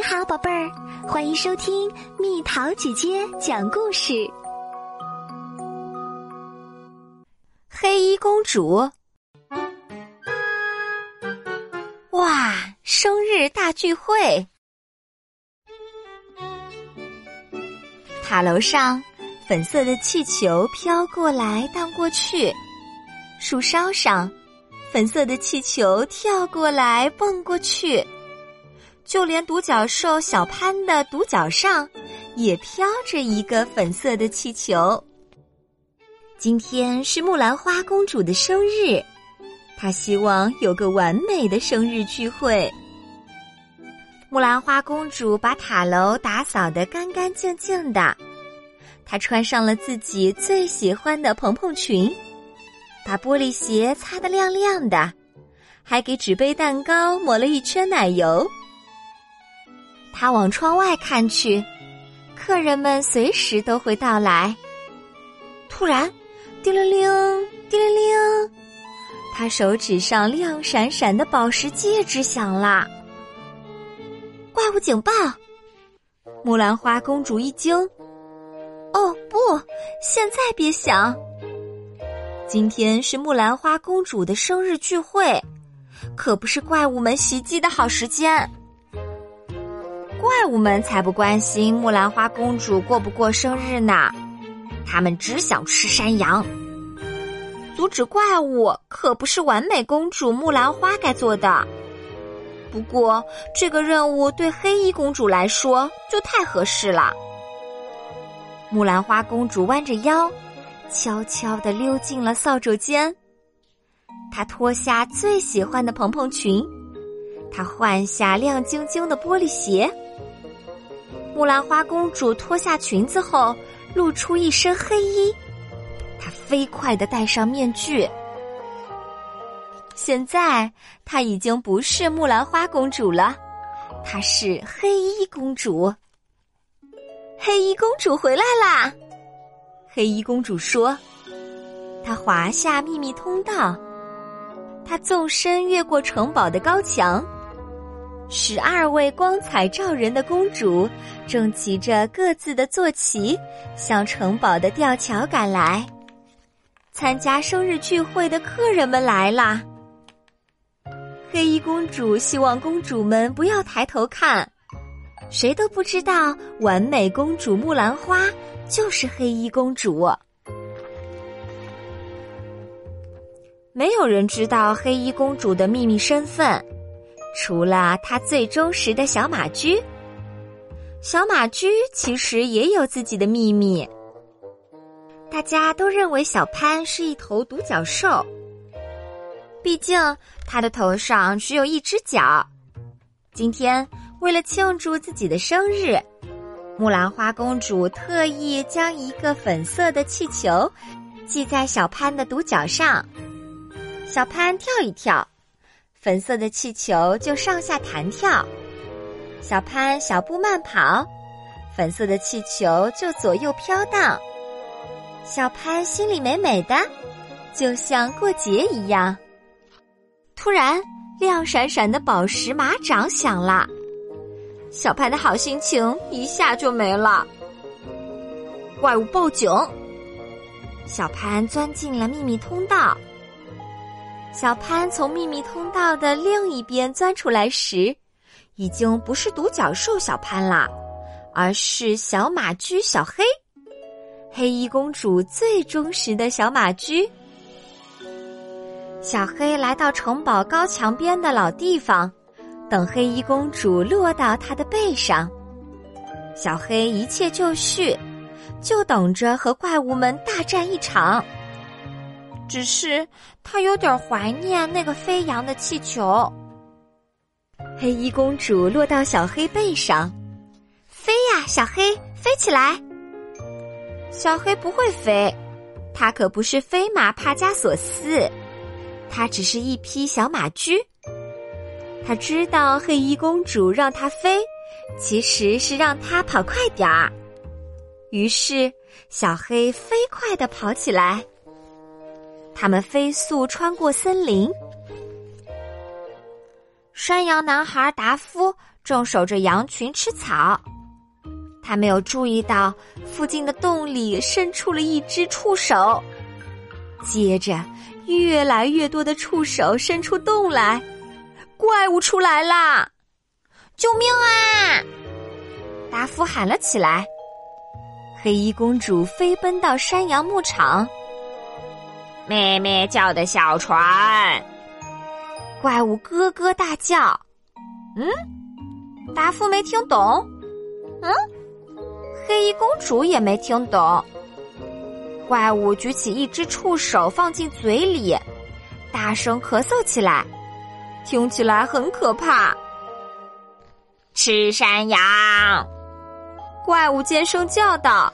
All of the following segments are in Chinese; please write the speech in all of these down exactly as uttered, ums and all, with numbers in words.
你好，宝贝儿，欢迎收听蜜桃姐姐讲故事。 黑衣公主，哇，生日大聚会！塔楼上，粉色的气球飘过来荡过去，树梢上，粉色的气球跳过来蹦过去，就连独角兽小潘的独角上也飘着一个粉色的气球。今天是木兰花公主的生日，她希望有个完美的生日聚会。木兰花公主把塔楼打扫得干干净净的，她穿上了自己最喜欢的蓬蓬裙，把玻璃鞋擦得亮亮的，还给纸杯蛋糕抹了一圈奶油。她往窗外看去，客人们随时都会到来。突然，叮铃铃，叮铃铃，她手指上亮闪闪的宝石戒指响了。怪物警报！木兰花公主一惊，哦不，现在别响。今天是木兰花公主的生日聚会，可不是怪物们袭击的好时间。怪物们才不关心木兰花公主过不过生日呢，他们只想吃山羊。阻止怪物可不是完美公主木兰花该做的，不过这个任务对黑衣公主来说就太合适了。木兰花公主弯着腰，悄悄地溜进了扫帚间。她脱下最喜欢的蓬蓬裙，她换下亮晶晶的玻璃鞋。木兰花公主脱下裙子后，露出一身黑衣，她飞快地戴上面具。现在她已经不是木兰花公主了，她是黑衣公主。黑衣公主回来啦！黑衣公主说，她滑下秘密通道，她纵身越过城堡的高墙。十二位光彩照人的公主正骑着各自的坐骑向城堡的吊桥赶来。参加生日聚会的客人们来啦！黑衣公主希望公主们不要抬头看，谁都不知道完美公主木兰花就是黑衣公主。没有人知道黑衣公主的秘密身份，除了她最忠实的小马驹。小马驹其实也有自己的秘密。大家都认为小潘是一头独角兽，毕竟他的头上只有一只角。今天为了庆祝自己的生日，木兰花公主特意将一个粉色的气球系在小潘的独角上。小潘跳一跳，粉色的气球就上下弹跳。小潘小步慢跑，粉色的气球就左右飘荡。小潘心里美美的，就像过节一样。突然，亮闪闪的宝石马掌响了，小潘的好心情一下就没了。怪物报警！小潘钻进了秘密通道。小潘从秘密通道的另一边钻出来时，已经不是独角兽小潘了，而是小马驹小黑，黑衣公主最忠实的小马驹。小黑来到城堡高墙边的老地方，等黑衣公主落到她的背上。小黑一切就绪，就等着和怪物们大战一场。只是他有点怀念那个飞扬的气球。黑衣公主落到小黑背上，飞呀，小黑，飞起来！小黑不会飞，他可不是飞马帕加索斯，他只是一匹小马驹。他知道黑衣公主让他飞，其实是让他跑快点儿。于是，小黑飞快地跑起来。他们飞速穿过森林。 山羊男孩达夫正守着羊群吃草，他没有注意到附近的洞里伸出了一只触手，接着越来越多的触手伸出洞来，怪物出来啦！救命啊！达夫喊了起来。黑衣公主飞奔到山羊牧场， 妹妹叫的小船。 怪物咯咯大叫。嗯？达夫没听懂。嗯？黑衣公主也没听懂。怪物举起一只触手放进嘴里，大声咳嗽起来，听起来很可怕。 吃山羊！ 怪物尖声叫道。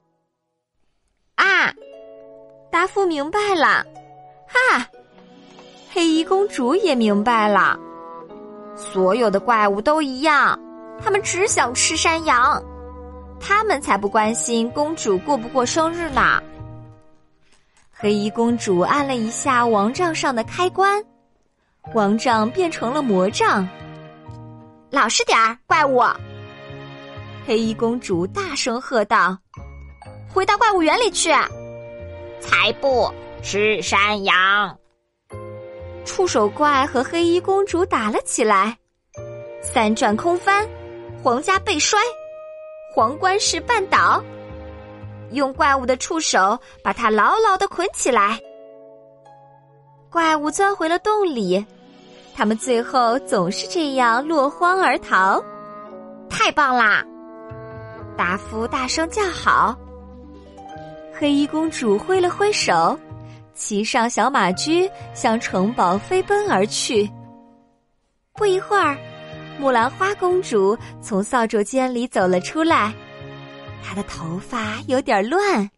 啊！达夫明白了。哈！黑衣公主也明白了。所有的怪物都一样，他们只想吃山羊，他们才不关心公主过不过生日呢。黑衣公主按了一下王杖上的开关，王杖变成了魔杖。老实点儿，怪物！黑衣公主大声喝道：“回到怪物园里去！” 才不，吃山羊！ 触手怪和黑衣公主打了起来，三转空翻，皇家背摔，皇冠式绊倒，用怪物的触手把它牢牢地捆起来。怪物钻回了洞里，他们最后总是这样落荒而逃。太棒啦！达夫大声叫好。黑衣公主挥了挥手，骑上小马驹向城堡飞奔而去。不一会儿，木兰花公主从扫帚间里走了出来，她的头发有点乱。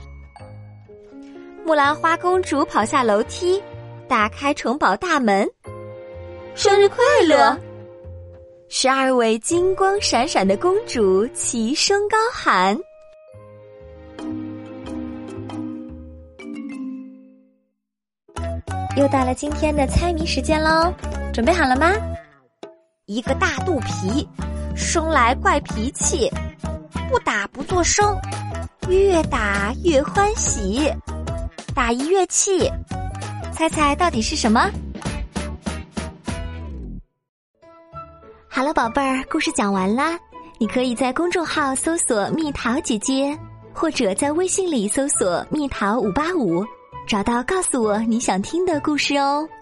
木兰花公主跑下楼梯，打开城堡大门。生日快乐！十二位金光闪闪的公主齐声高喊。又到了今天的猜谜时间喽，准备好了吗？一个大肚皮，生来怪脾气，不打不作声，越打越欢喜，打一乐器，猜猜到底是什么？ 好了，宝贝儿，故事讲完啦。你可以在公众号搜索蜜桃姐姐，或者在微信里搜索蜜桃五八五，找到告诉我你想听的故事哦。